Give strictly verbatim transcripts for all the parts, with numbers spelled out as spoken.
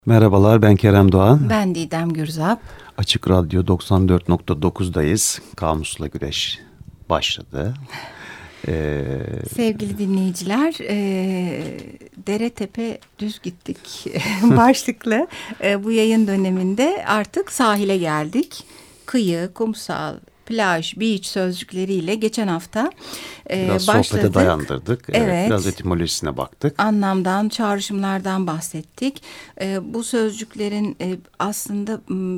Merhabalar, ben Kerem Doğan. Ben Didem Gürzap. Açık Radyo doksan dört nokta dokuzdayız. Kamusla Güreş başladı. Ee... Sevgili dinleyiciler, e, dere tepe düz gittik başlıklı e, bu yayın döneminde artık sahile geldik. Kıyı, kumsal, plaj, beach sözcükleriyle geçen hafta e, biraz başladık. Sohbete dayandırdık. Evet, evet. Biraz etimolojisine baktık. Anlamdan, çağrışımlardan bahsettik. E, bu sözcüklerin e, aslında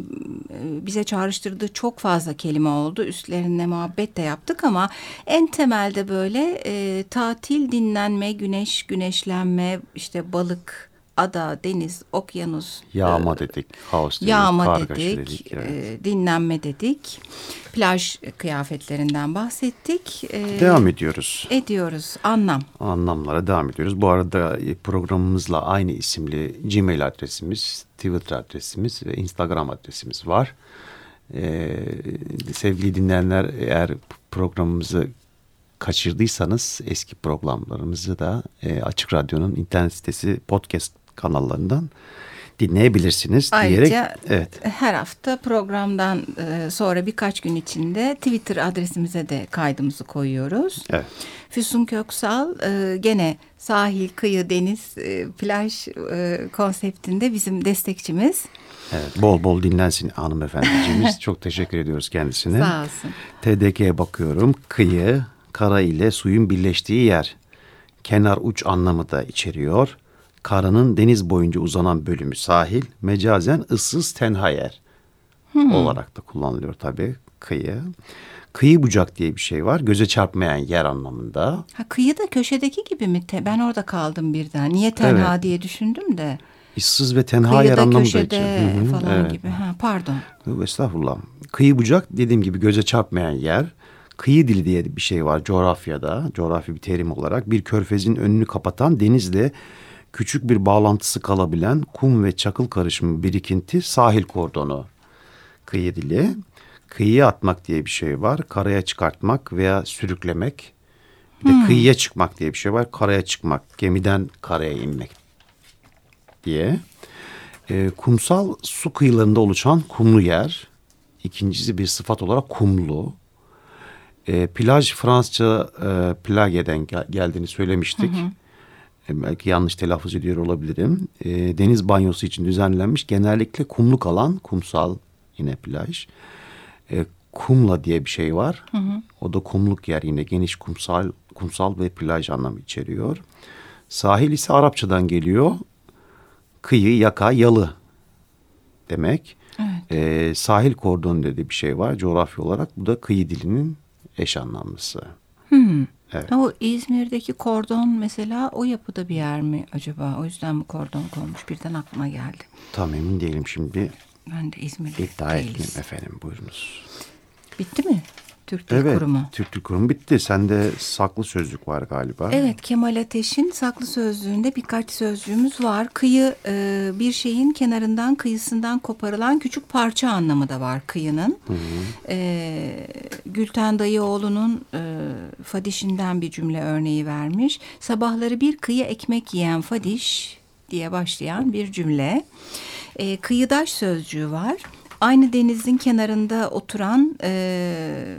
e, bize çağrıştırdığı çok fazla kelime oldu. Üstlerine muhabbet de yaptık ama en temelde böyle e, tatil, dinlenme, güneş, güneşlenme, işte balık, ada, deniz, okyanus. Yağma dedik, havuz dedik, yağma dedik, dedik, evet. e, dinlenme dedik. Plaj kıyafetlerinden bahsettik. E, devam ediyoruz. Ediyoruz, anlam. Anlamlara devam ediyoruz. Bu arada programımızla aynı isimli Gmail adresimiz, Twitter adresimiz ve Instagram adresimiz var. Ee, sevgili dinleyenler, eğer programımızı kaçırdıysanız eski programlarımızı da e, Açık Radyo'nun internet sitesi podcast kanallarından dinleyebilirsiniz. Ayrıca diyerek, evet. her hafta programdan e, sonra birkaç gün içinde Twitter adresimize de kaydımızı koyuyoruz. Evet. Füsun Köksal e, gene sahil, kıyı, deniz, e, plaj e, konseptinde bizim destekçimiz. Evet, bol bol dinlensin hanımefendiciğimiz. Çok teşekkür ediyoruz kendisine. Sağ olsun. T D K'ye bakıyorum. Kıyı, kara ile suyun birleştiği yer. Kenar uç anlamı da içeriyor. Karanın deniz boyunca uzanan bölümü sahil, mecazen ıssız tenha yer hmm. olarak da kullanılıyor tabii kıyı. Kıyı bucak diye bir şey var. Göze çarpmayan yer anlamında. Ha, kıyı da köşedeki gibi mi? Ben orada kaldım birden. Niye tenha evet. diye düşündüm de. İssız ve tenha Kıyıda, yer anlamında. Köşede için. falan evet. gibi. Ha, pardon. Estağfurullah. Kıyı bucak dediğim gibi göze çarpmayan yer. Kıyı dili diye bir şey var coğrafyada. Coğrafi bir terim olarak. Bir körfezin önünü kapatan denizle küçük bir bağlantısı kalabilen kum ve çakıl karışımı birikinti sahil kordonu. Kıyı dili. Kıyıya atmak diye bir şey var. Karaya çıkartmak veya sürüklemek. Bir de hmm. kıyıya çıkmak diye bir şey var. Karaya çıkmak. Gemiden karaya inmek diye. E, kumsal su kıyılarında oluşan kumlu yer. İkincisi bir sıfat olarak kumlu. E, plaj Fransızca e, plage'den gel- geldiğini söylemiştik. Hı hı. E, belki yanlış telaffuz ediyor olabilirim. E, deniz banyosu için düzenlenmiş genellikle kumluk alan, kumsal yine plaj. E, kumla diye bir şey var. Hı hı. O da kumluk yer, yine geniş kumsal, kumsal ve plaj anlamı içeriyor. Sahil ise Arapçadan geliyor. Kıyı, yaka, yalı demek. Evet. E, sahil kordonu dediği bir şey var coğrafya olarak. Bu da kıyı dilinin eş anlamlısı. Hmm. Evet. O İzmir'deki kordon mesela o yapıda bir yer mi acaba? O yüzden mi kordon konmuş? Birden aklıma geldi. Tam emin değilim şimdi. Ben de İzmir'de İddia etmeyeyim efendim, buyurunuz. Bitti mi? Türk Dil evet, Kurumu. Türk Dil Kurumu bitti. Sende saklı sözlük var galiba. Evet, Kemal Ateş'in saklı sözlüğünde birkaç sözcüğümüz var. Kıyı e, bir şeyin kenarından, kıyısından koparılan küçük parça anlamı da var kıyının. Hı hı. E, Gülten Dayıoğlu'nun e, Fadiş'inden bir cümle örneği vermiş. Sabahları bir kıyı ekmek yiyen Fadiş diye başlayan bir cümle. E, kıyıdaş sözcüğü var. Aynı denizin kenarında oturan, e,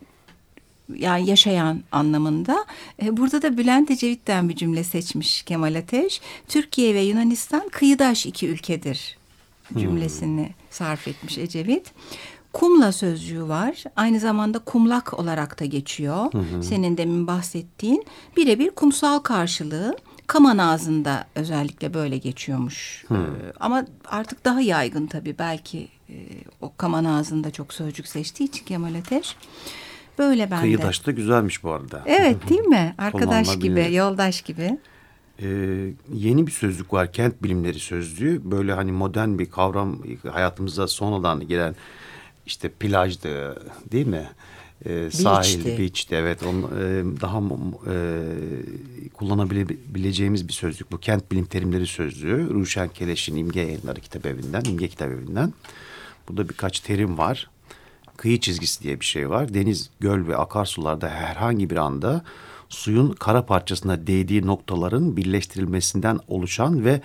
yani yaşayan anlamında. E, burada da Bülent Ecevit'ten bir cümle seçmiş Kemal Ateş. Türkiye ve Yunanistan kıyıdaş iki ülkedir cümlesini hmm. sarf etmiş Ecevit. Kumla sözcüğü var. Aynı zamanda kumlak olarak da geçiyor. Hmm. Senin demin bahsettiğin birebir kumsal karşılığı. Kaman ağzında özellikle böyle geçiyormuş. Hmm. Ee, ama artık daha yaygın tabii. Belki e, o Kaman ağzında çok sözcük seçtiği için Kemal Ateş. Böyle bende. Kıyıdaş da güzelmiş bu arada. Evet, değil mi? Arkadaş gibi, yoldaş gibi. Ee, yeni bir sözlük var. Kent bilimleri sözlüğü. Böyle hani modern bir kavram, hayatımıza sonradan giren işte plajdı, değil mi? Ee, sahil, beach'ti. Evet, on, e, daha e, kullanabileceğimiz bir sözlük bu. Kent bilim terimleri sözlüğü. Ruşen Keleş'in İmge Yayınları kitabevinden, İmge kitabevinden. Burada birkaç terim var. Kıyı çizgisi diye bir şey var. Deniz, göl ve akarsularda herhangi bir anda suyun kara parçasına değdiği noktaların birleştirilmesinden oluşan ve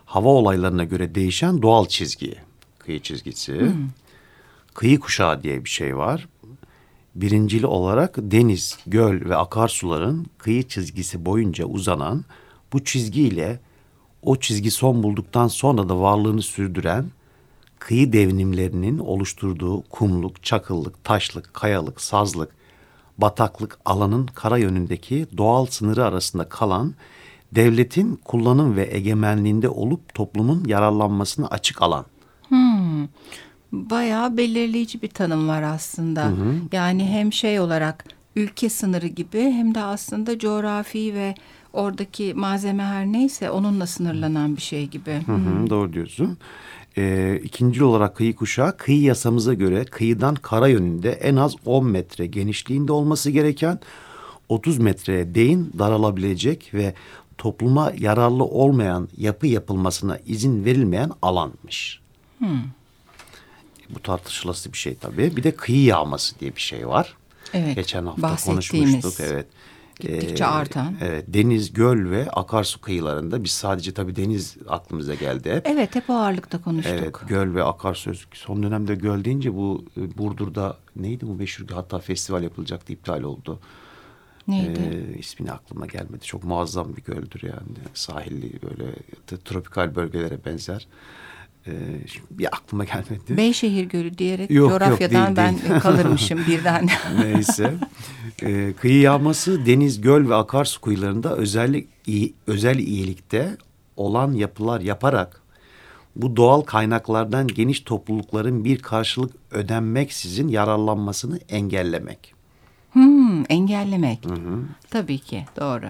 hava olaylarına göre değişen doğal çizgi. Kıyı çizgisi. Hmm. Kıyı kuşağı diye bir şey var. Birincili olarak deniz, göl ve akarsuların kıyı çizgisi boyunca uzanan bu çizgiyle o çizgi son bulduktan sonra da varlığını sürdüren kıyı devrimlerinin oluşturduğu kumluk, çakıllık, taşlık, kayalık, sazlık, bataklık alanın kara yönündeki doğal sınırı arasında kalan devletin kullanım ve egemenliğinde olup toplumun yararlanmasına açık alan. Hmm. Bayağı belirleyici bir tanım var aslında. Hı hı. Yani hem şey olarak ülke sınırı gibi hem de aslında coğrafi ve oradaki malzeme her neyse onunla sınırlanan bir şey gibi. Hı hı, doğru diyorsun. Ee, ikinci olarak kıyı kuşağı, kıyı yasamıza göre kıyıdan kara yönünde en az on metre genişliğinde olması gereken, otuz metreye değin daralabilecek ve topluma yararlı olmayan yapı yapılmasına izin verilmeyen alanmış. Hmm. Bu tartışılası bir şey tabii. Bir de kıyı yağması diye bir şey var. Evet. Geçen hafta konuşmuştuk. Evet. Gittikçe ee, artan. Evet. Deniz, göl ve akarsu kıyılarında biz sadece tabii deniz aklımıza geldi hep. Evet, hep o ağırlıkta konuştuk. Evet, göl ve akarsu. Son dönemde göl deyince bu Burdur'da neydi bu meşhur, hatta festival yapılacaktı, iptal oldu. Neydi? Ee, ismini aklıma gelmedi. Çok muazzam bir göldür yani. Sahilli, böyle tropikal bölgelere benzer. Ee, bir aklıma gelmedi. Beyşehir Gölü diyerek yok, coğrafyadan yok, değil, ben değil. kalırmışım birden. Neyse. Ee, kıyı yağması deniz, göl ve akarsu kıyılarında özellik, özel iyilikte olan yapılar yaparak bu doğal kaynaklardan geniş toplulukların bir karşılık ödenmeksizin yararlanmasını engellemek. Hmm, engellemek. Hı hı. Tabii ki, doğru.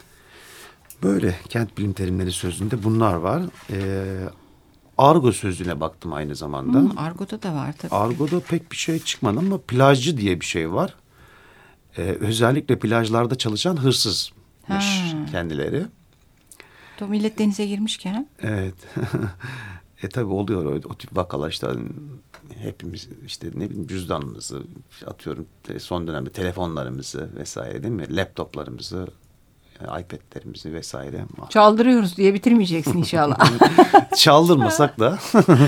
Böyle kent bilim terimleri sözünde bunlar var. Ee, Argo sözüne baktım aynı zamanda. Hmm, argo'da da var tabii. Argo'da pek bir şey çıkmadı ama plajcı diye bir şey var. Ee, özellikle plajlarda çalışan hırsızmış ha. kendileri. O millet denize girmişken. Evet. e tabii oluyor o, o tip vakalar, işte hepimiz işte ne bileyim cüzdanımızı atıyorum, son dönemde telefonlarımızı vesaire, değil mi? Laptoplarımızı, iPad'lerimizi vesaire. Çaldırıyoruz diye bitirmeyeceksin inşallah. Çaldırmasak da.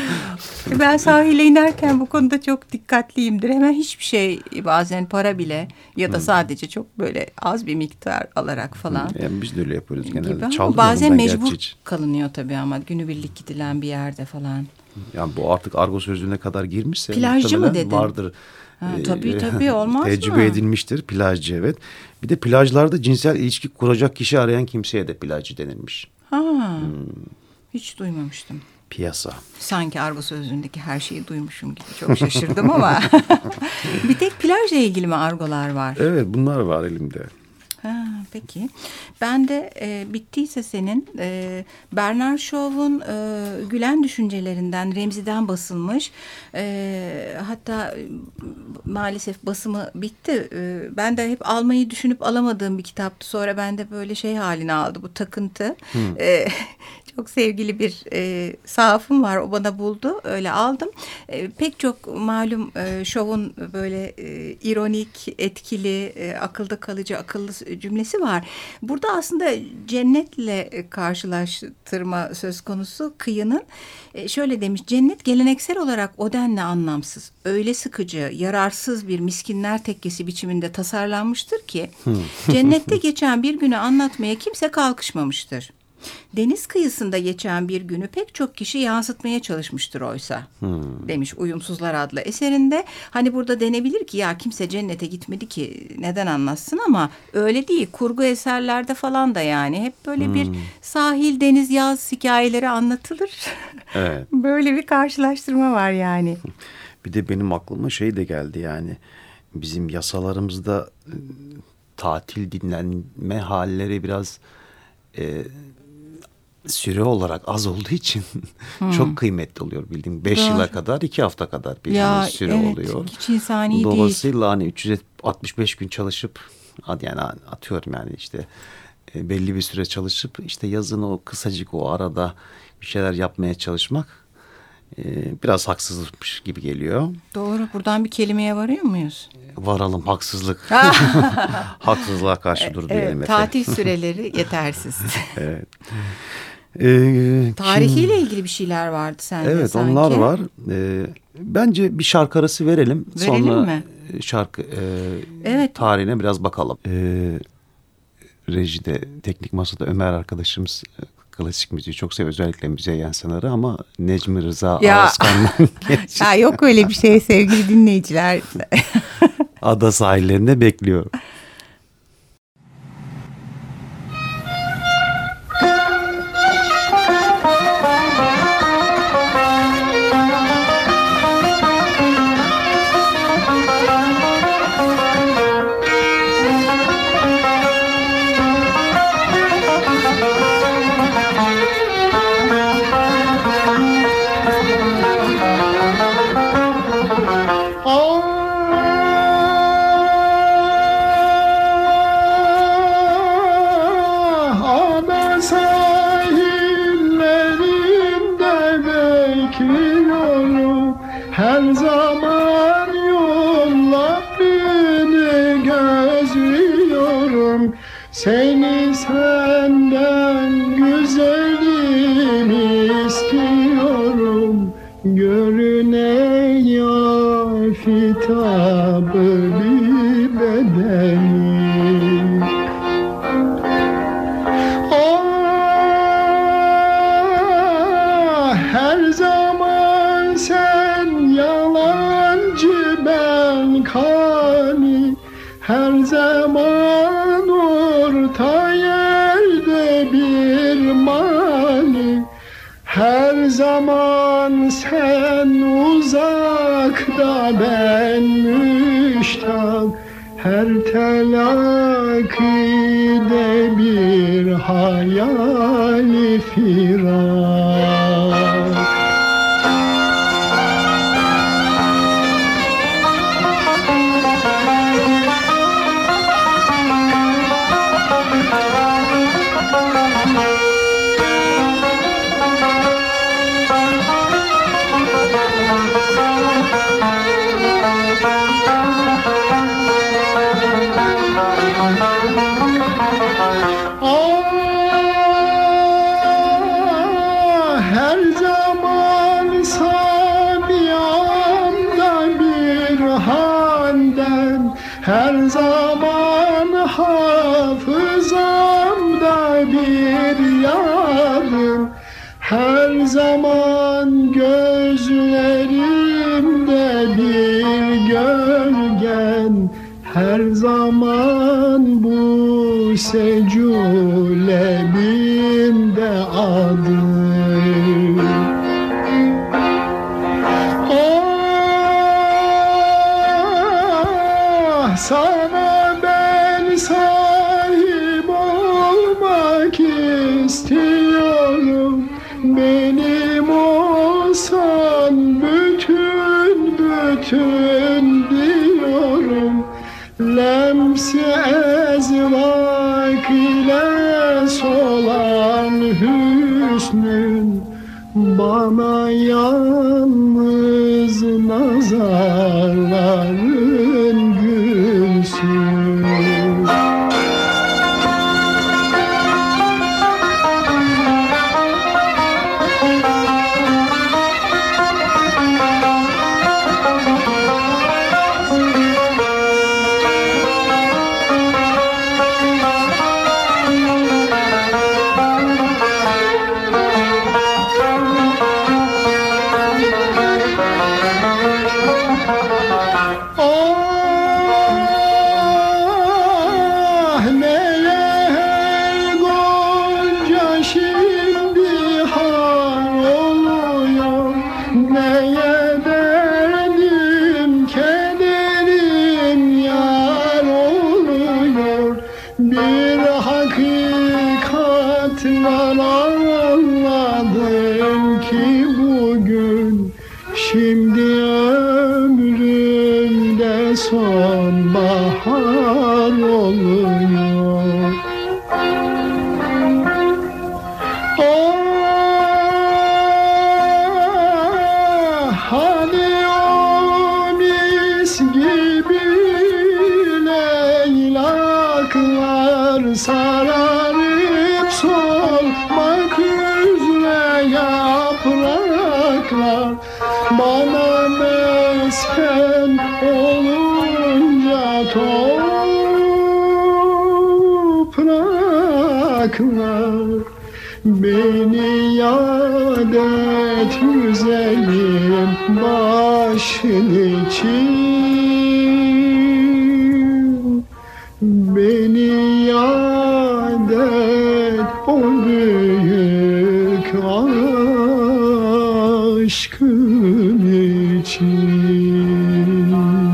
Ben sahile inerken bu konuda çok dikkatliyimdir. Hemen hiçbir şey, bazen para bile ya da sadece çok böyle az bir miktar alarak falan. Yani biz de öyle yapıyoruz genelde. Gibi. Bazen mecbur gerçi. kalınıyor tabii ama günübirlik gidilen bir yerde falan. Yani bu artık argo sözlüğüne kadar girmişse plajcı mı dedin? Vardır. Ha, tabii tabii, olmaz mı? Tecrübe edilmiştir plajcı, evet. Bir de plajlarda cinsel ilişki kuracak kişi arayan kimseye de plajcı denilmiş. Ha, hmm. Hiç duymamıştım. Piyasa. Sanki argo sözlüğündeki her şeyi duymuşum gibi, çok şaşırdım ama. Bir tek plajla ilgili mi argolar var? Evet, bunlar var elimde. Ha, peki. Ben de e, bittiyse senin e, Bernard Shaw'un e, Gülen Düşüncelerinden, Remzi'den basılmış. E, hatta e, maalesef basımı bitti. E, ben de hep almayı düşünüp alamadığım bir kitaptı. Sonra ben de böyle şey haline aldı bu takıntı. E, çok sevgili bir e, sahafım var, o bana buldu. Öyle aldım. E, pek çok malum e, Shaw'un böyle e, ironik, etkili, e, akılda kalıcı, akıllı cümlesi var. Burada aslında cennetle karşılaştırma söz konusu kıyının. E, şöyle demiş: cennet geleneksel olarak o denli anlamsız, öyle sıkıcı, yararsız bir miskinler tekkesi biçiminde tasarlanmıştır ki cennette geçen bir günü anlatmaya kimse kalkışmamıştır. Deniz kıyısında geçen bir günü pek çok kişi yansıtmaya çalışmıştır oysa, hmm. demiş Uyumsuzlar adlı eserinde. Hani burada denebilir ki ya kimse cennete gitmedi ki neden anlatsın, ama öyle değil. Kurgu eserlerde falan da yani hep böyle hmm. bir sahil, deniz, yaz hikayeleri anlatılır. Evet. Böyle bir karşılaştırma var yani. Bir de benim aklıma şey de geldi, yani bizim yasalarımızda tatil, dinlenme halleri biraz e, süre olarak az olduğu için hmm. çok kıymetli oluyor, bildiğin beş Doğru. yıla kadar, iki hafta kadar bir ya, süre evet, oluyor. Hiç insani değil. Dolayısıyla hani üç yüz altmış beş gün çalışıp, yani atıyorum yani işte e, belli bir süre çalışıp işte yazın o kısacık o arada bir şeyler yapmaya çalışmak e, biraz haksızlıkmış gibi geliyor. Doğru. Buradan bir kelimeye varıyor muyuz? Varalım, haksızlık. Haksızlığa karşı dur diyelim. Evet, tatil süreleri yetersiz. Evet. Ee, Tarihiyle kim... ilgili bir şeyler vardı sende evet, sanki. onlar var. Ee, bence bir şarkı arası verelim. Verelim Sonra mi? şarkı e, evet. tarihine biraz bakalım. Ee, rejide, teknik masada Ömer arkadaşımız klasik müziği çok seviyor. Özellikle Müzeyyen Senar'ı ama Necmi Rıza Ağızkan'ın ya yok öyle bir şey sevgili dinleyiciler. ada sahillerinde bekliyorum. Her zaman yolla beni gözlüyorum. Seni senden güzelim istiyorum. Görüne ya fitabı bir bedenim. Ah, her zaman sen yalancı ben kani, her zaman orta yerde bir mani, her zaman sen uzakta ben müştak, her telakkide bir hayali firak. Her zaman hafızamda bir yarın, her zaman gözlerimde bir gölgen, her zaman bu secülebimde adın. Sana ben sahip olmak istiyorum. Benim olsan bütün bütün diyorum. Lemsi ezvak ile solan hüsnün bana yalnız nazarların gülsün. Anladım ki bugün, şimdi ömrümde sonbahar oluyor. Ah, hani o mis gibi leylaklar sararıp solmak üzere Topraklar bana mesken olunca topraklar beni yad et güzelim başın için, beni yad et o büyük aşkın için.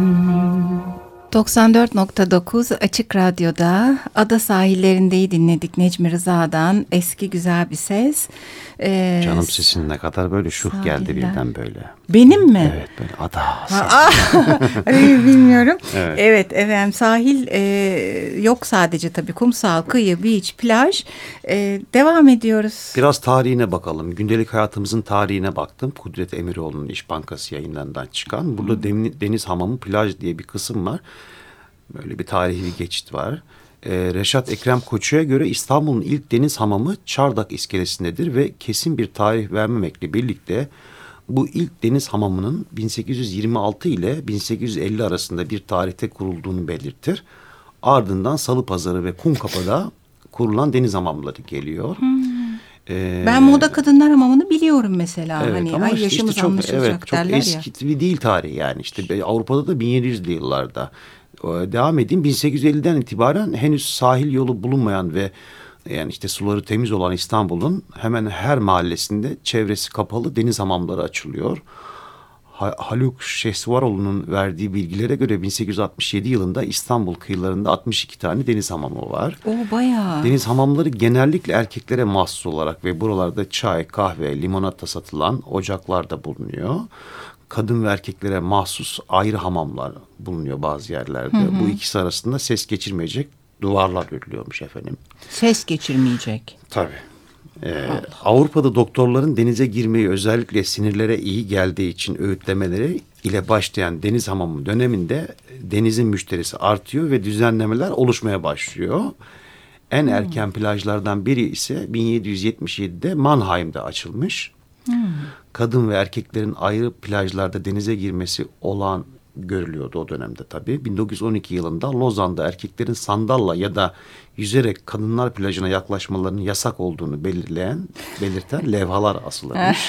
doksan dört nokta dokuz Açık Radyo'da Ada Sahillerinde'yi dinledik. Necmi Rıza'dan Eski Güzel Bir Ses. Ee, Canım sesin ne kadar böyle şuh sahiller. geldi birden böyle. Benim mi? Evet böyle ada. Ha, bilmiyorum. Evet. Evet efendim, sahil e, yok sadece tabii, kumsal, kıyı, beach, plaj. E, devam ediyoruz. Biraz tarihine bakalım. Gündelik hayatımızın tarihine baktım. Kudret Emiroğlu'nun İş Bankası yayınlarından çıkan. Burada Deniz, Deniz Hamamı Plaj diye bir kısım var. Böyle bir tarihi bir geçit var. Ee, Reşat Ekrem Koçu'ya göre İstanbul'un ilk deniz hamamı Çardak iskelesindedir ve kesin bir tarih vermemekle birlikte bu ilk deniz hamamının bin sekiz yüz yirmi altı ile bin sekiz yüz elli arasında bir tarihte kurulduğunu belirtir. Ardından Salıpazarı ve Kumkapı'da kurulan deniz hamamları geliyor. Hmm. Ee, ben Moda Kadınlar Hamamı'nı biliyorum mesela. Evet, hani ama ay işte, yaşımız işte çok, anlaşılacak evet, çok derler eski ya. bir değil tarih yani. İşte Avrupa'da da bin yedi yüzlü yıllarda. Devam edeyim. bin sekiz yüz elliden itibaren henüz sahil yolu bulunmayan ve yani işte suları temiz olan İstanbul'un hemen her mahallesinde çevresi kapalı deniz hamamları açılıyor. Haluk Şehsuvaroğlu'nun verdiği bilgilere göre bin sekiz yüz altmış yedi yılında İstanbul kıyılarında altmış iki tane deniz hamamı var. O bayağı. Deniz hamamları genellikle erkeklere mahsus olarak ve buralarda çay, kahve, limonata satılan ocaklarda bulunuyor. Kadın ve erkeklere mahsus ayrı hamamlar bulunuyor bazı yerlerde. Hı hı. Bu ikisi arasında ses geçirmeyecek duvarlar örülüyormuş efendim. Ses geçirmeyecek. Tabii. Ee, Avrupa'da doktorların denize girmeyi özellikle sinirlere iyi geldiği için öğütlemeleri ile başlayan deniz hamamı döneminde denizin müşterisi artıyor ve düzenlemeler oluşmaya başlıyor. En hmm. erken plajlardan biri ise bin yedi yüz yetmiş yedide Mannheim'de açılmış. Hmm. Kadın ve erkeklerin ayrı plajlarda denize girmesi olağan görülüyordu o dönemde tabii. bin dokuz yüz on iki yılında Lozan'da erkeklerin sandalla ya da yüzerek kadınlar plajına yaklaşmalarının yasak olduğunu belirleyen, belirten levhalar asılmış.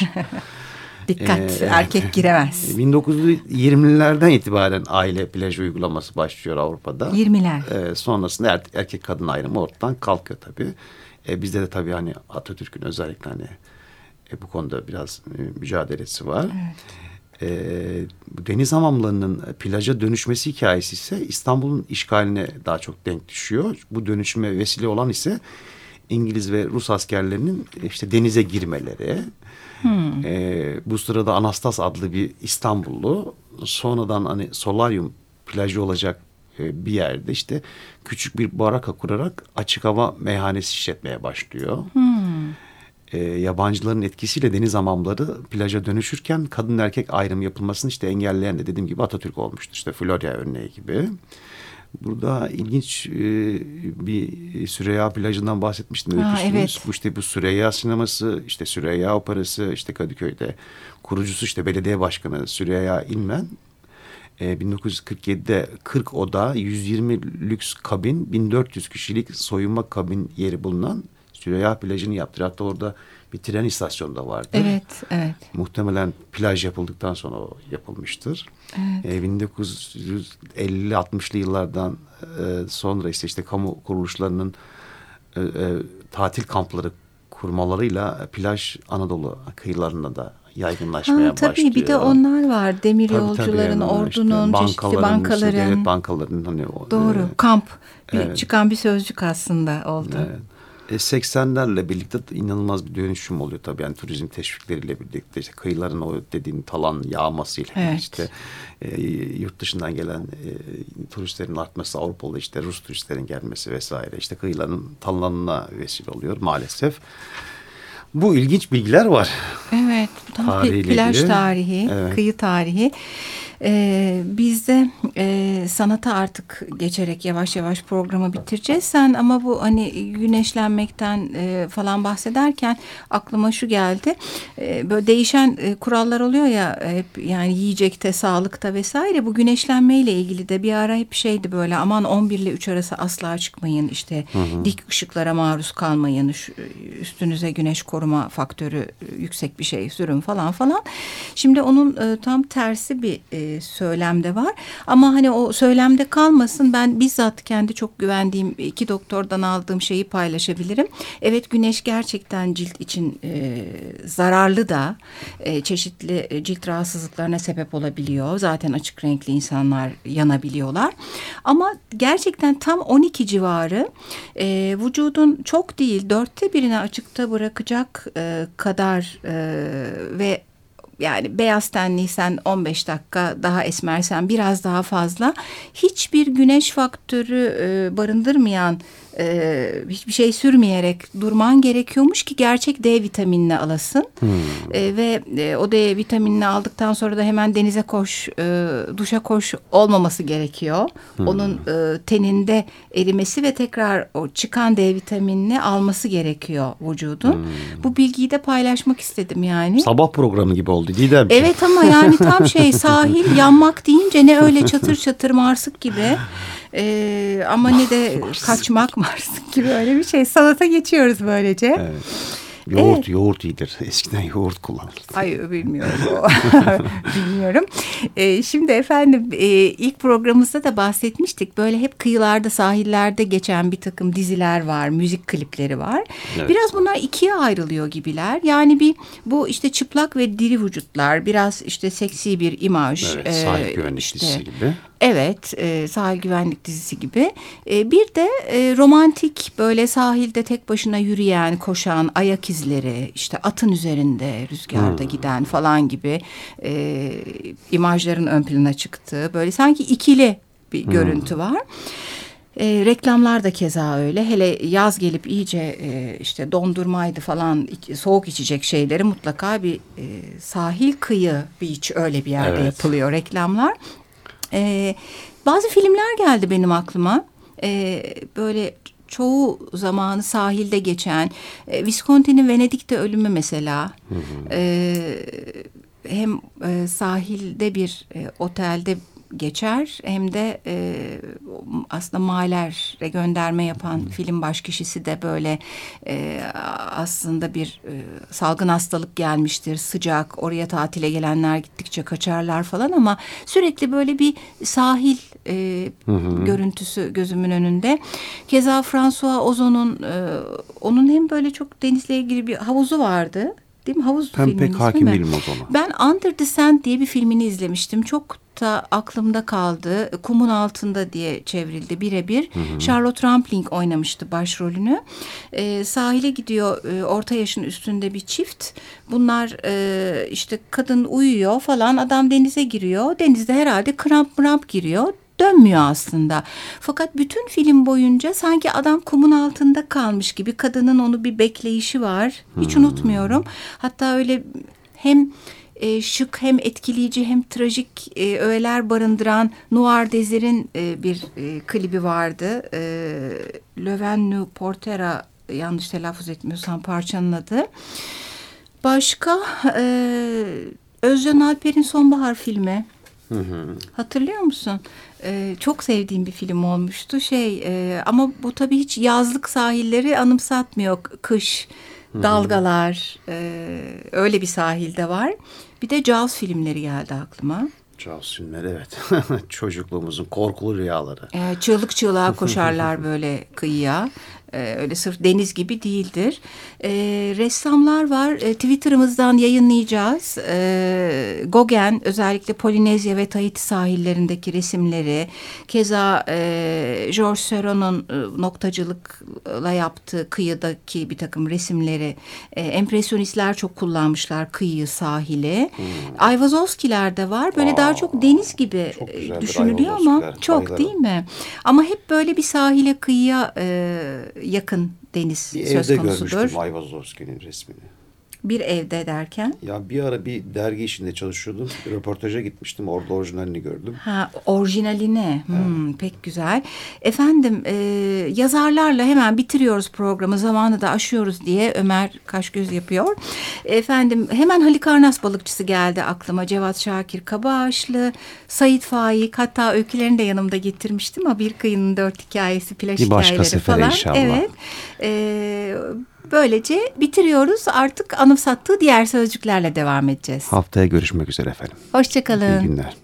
Dikkat, ee, erkek giremez. bin dokuz yüz yirmilerden itibaren aile plaj uygulaması başlıyor Avrupa'da. yirmiler. Ee, sonrasında er, erkek kadın ayrımı ortadan kalkıyor tabii. Ee, bizde de tabii hani Atatürk'ün özellikle hani e, bu konuda biraz e, mücadelesi var. Evet. E, deniz hamamlarının plaja dönüşmesi hikayesi ise İstanbul'un işgaline daha çok denk düşüyor. Bu dönüşüme vesile olan ise İngiliz ve Rus askerlerinin işte denize girmeleri. Hmm. E, bu sırada Anastas adlı bir İstanbullu sonradan hani solaryum plajı olacak e, bir yerde işte küçük bir baraka kurarak açık hava meyhanesi işletmeye başlıyor. Hmm. E, yabancıların etkisiyle deniz hamamları plaja dönüşürken kadın erkek ayrımı yapılmasını işte engelleyen de dediğim gibi Atatürk olmuştu. İşte Florya örneği gibi. Burada ilginç e, bir Süreyya plajından bahsetmiştim. Ha, evet. Bu işte bu Süreyya sineması, işte Süreyya operası, işte Kadıköy'de kurucusu işte belediye başkanı Süreyya İlmen. E, bin dokuz yüz kırk yedide kırk oda, yüz yirmi lüks kabin, bin dört yüz kişilik soyunma kabin yeri bulunan Süreyya plajını yaptı. Hatta orada bir tren istasyonu da vardı. Evet, evet. Muhtemelen plaj yapıldıktan sonra o yapılmıştır. Evet. E, bin dokuz yüz elli altmışlı yıllardan e, sonra ise işte kamu kuruluşlarının e, e, tatil kampları kurmalarıyla plaj Anadolu kıyılarında da yaygınlaşmaya ha, tabii, başlıyor. Tabii bir de onlar var. Demir tabii, yolcuların, tabii, yani ordunun, işte çeşitli bankaların. Evet, bankaların. Hani, doğru, e, kamp. Bir, evet. Çıkan bir sözcük aslında oldu. Evet. E, seksenlerle birlikte inanılmaz bir dönüşüm oluyor tabii. Yani turizm teşvikleriyle birlikte işte kıyıların o dediğin talan yağmasıyla evet. işte e, yurt dışından gelen e, turistlerin artması, Avrupalı işte Rus turistlerin gelmesi vesaire işte kıyıların talanına vesile oluyor maalesef. Bu ilginç bilgiler var. Evet. Plaj ilgili. tarihi, evet. Kıyı tarihi. Ee, biz de e, sanata artık geçerek yavaş yavaş programı bitireceğiz. Sen ama bu hani güneşlenmekten e, falan bahsederken aklıma şu geldi. E, böyle değişen e, kurallar oluyor ya hep, yani yiyecekte, sağlıkta vesaire. Bu güneşlenmeyle ilgili de bir ara hep şeydi böyle, aman on bir ile üç arası asla çıkmayın. İşte hı hı. dik ışıklara maruz kalmayın. Şu, üstünüze güneş koruma faktörü yüksek bir şey sürün falan falan. Şimdi onun e, tam tersi bir e, söylemde var. Ama hani o söylemde kalmasın, ben bizzat kendi çok güvendiğim iki doktordan aldığım şeyi paylaşabilirim. Evet, güneş gerçekten cilt için e, zararlı da, e, çeşitli e, cilt rahatsızlıklarına sebep olabiliyor. Zaten açık renkli insanlar yanabiliyorlar. Ama gerçekten tam on iki civarı e, vücudun çok değil dörtte birini açıkta bırakacak e, kadar e, ve yani beyaz tenliysen on beş dakika, daha esmersen biraz daha fazla, hiçbir güneş faktörü e, barındırmayan, e, hiçbir şey sürmeyerek durman gerekiyormuş ki gerçek D vitaminini alasın. Hmm. E, ve e, o D vitaminini aldıktan sonra da hemen denize koş, e, duşa koş olmaması gerekiyor. Hmm. Onun e, teninde erimesi ve tekrar o çıkan D vitaminini alması gerekiyor vücudun. Hmm. Bu bilgiyi de paylaşmak istedim yani. Sabah programı gibi oldu Didem. Evet ama yani tam şey, sahil yanmak deyince ne öyle çatır çatır Marsık gibi. Ee, ama ne de kaçmak Marsık gibi, öyle bir şey. Sanata geçiyoruz böylece. Evet. Yoğurt, evet. yoğurt iyidir. Eskiden yoğurt kullanılırdı. Ay bilmiyorum. bilmiyorum. Ee, şimdi efendim e, ilk programımızda da bahsetmiştik. Böyle hep kıyılarda, sahillerde geçen bir takım diziler var, müzik klipleri var. Evet. Biraz bunlar ikiye ayrılıyor gibiler. Yani bir bu işte çıplak ve diri vücutlar, biraz işte seksi bir imaj. Evet, sahil güvenlik işte, dizisi gibi. Evet, e, sahil güvenlik dizisi gibi. E, bir de e, romantik, böyle sahilde tek başına yürüyen, koşan, ayak izleri, işte atın üzerinde rüzgarda hmm. giden falan gibi e, imajların ön plana çıktığı, böyle sanki ikili bir hmm. görüntü var. E, reklamlar da keza öyle. Hele yaz gelip iyice e, işte dondurmaydı falan, iç, soğuk içecek şeyleri mutlaka bir e, sahil kıyı, beach, öyle bir yerde evet. yapılıyor reklamlar. Ee, bazı filmler geldi benim aklıma. Ee, böyle çoğu zamanı sahilde geçen. E, Visconti'nin Venedik'te Ölümü mesela. Hı hı. Ee, hem e, sahilde bir e, otelde geçer, hem de e, aslında Mahler'e gönderme yapan hmm. film başkişisi de böyle e, aslında bir e, salgın hastalık gelmiştir, sıcak, oraya tatile gelenler gittikçe kaçarlar falan, ama sürekli böyle bir sahil e, hmm. görüntüsü gözümün önünde. Keza François Ozon'un e, onun hem böyle çok denizle ilgili bir havuzu vardı. Değil mi? Havuz ben filmi. Ben pek hakim değilim o zaman. Ben Under the Sand diye bir filmini izlemiştim. Çok da aklımda kaldı. Kumun Altında diye çevrildi birebir. Charlotte Rampling oynamıştı başrolünü. Ee, sahile gidiyor, e, orta yaşın üstünde bir çift. Bunlar e, işte kadın uyuyor falan, adam denize giriyor. Denizde herhalde kramp mramp giriyor. Dönmüyor aslında. Fakat bütün film boyunca sanki adam kumun altında kalmış gibi, kadının onu bir bekleyişi var. Hiç hmm. unutmuyorum. Hatta öyle hem e, şık, hem etkileyici, hem trajik e, öğeler barındıran Noir Désir'in e, bir e, klibi vardı. E, Le Vent nous portera, yanlış telaffuz etmiyorsam parçanın adı. Başka e, Özcan Alper'in Sonbahar filmi. Hı hı. Hatırlıyor musun? Ee, çok sevdiğim bir film olmuştu. Şey e, ama bu tabii hiç yazlık sahilleri anımsatmıyor. Kış, hı hı. dalgalar, e, öyle bir sahilde var. Bir de Jaws filmleri geldi aklıma. Jaws filmleri, evet. Çocukluğumuzun korkulu rüyaları. Ee, çığlık çığlığa koşarlar böyle kıyıya. Ee, öyle sırf deniz gibi değildir. Ee, ressamlar var. Ee, Twitter'ımızdan yayınlayacağız. Ee, Gauguin, özellikle Polinezya ve Tahiti sahillerindeki resimleri. Keza e, Georges Seurat'ın e, noktacılıkla yaptığı kıyıdaki bir takım resimleri. E, empresyonistler çok kullanmışlar kıyıyı, sahili. Hmm. Ayvazovskiler de var. Böyle Aa, daha çok deniz gibi çok düşünülüyor ama çok baylarım. Değil mi? Ama hep böyle bir sahile, kıyıya e, yakın deniz bir söz evde konusudur. Görmüştüm Ayvazovski'nin resmini. Bir evde derken? Ya bir ara bir dergi işinde çalışıyordum. Bir röportaja gitmiştim. Orada orijinalini gördüm. Ha, orijinaline. Hmm, evet. Pek güzel. Efendim e, yazarlarla hemen bitiriyoruz programı. Zamanı da aşıyoruz diye Ömer kaş göz yapıyor. Efendim hemen Halikarnas balıkçısı geldi aklıma. Cevat Şakir Kabaağaçlı, Sait Faik, hatta öykülerini de yanımda getirmiştim. Ha, Bir Kıyının Dört Hikayesi, plaj bir başka hikayeleri sefere falan. inşallah. Evet. E, böylece bitiriyoruz. Artık anımsattığı diğer sözcüklerle devam edeceğiz. Haftaya görüşmek üzere efendim. Hoşça kalın. İyi günler.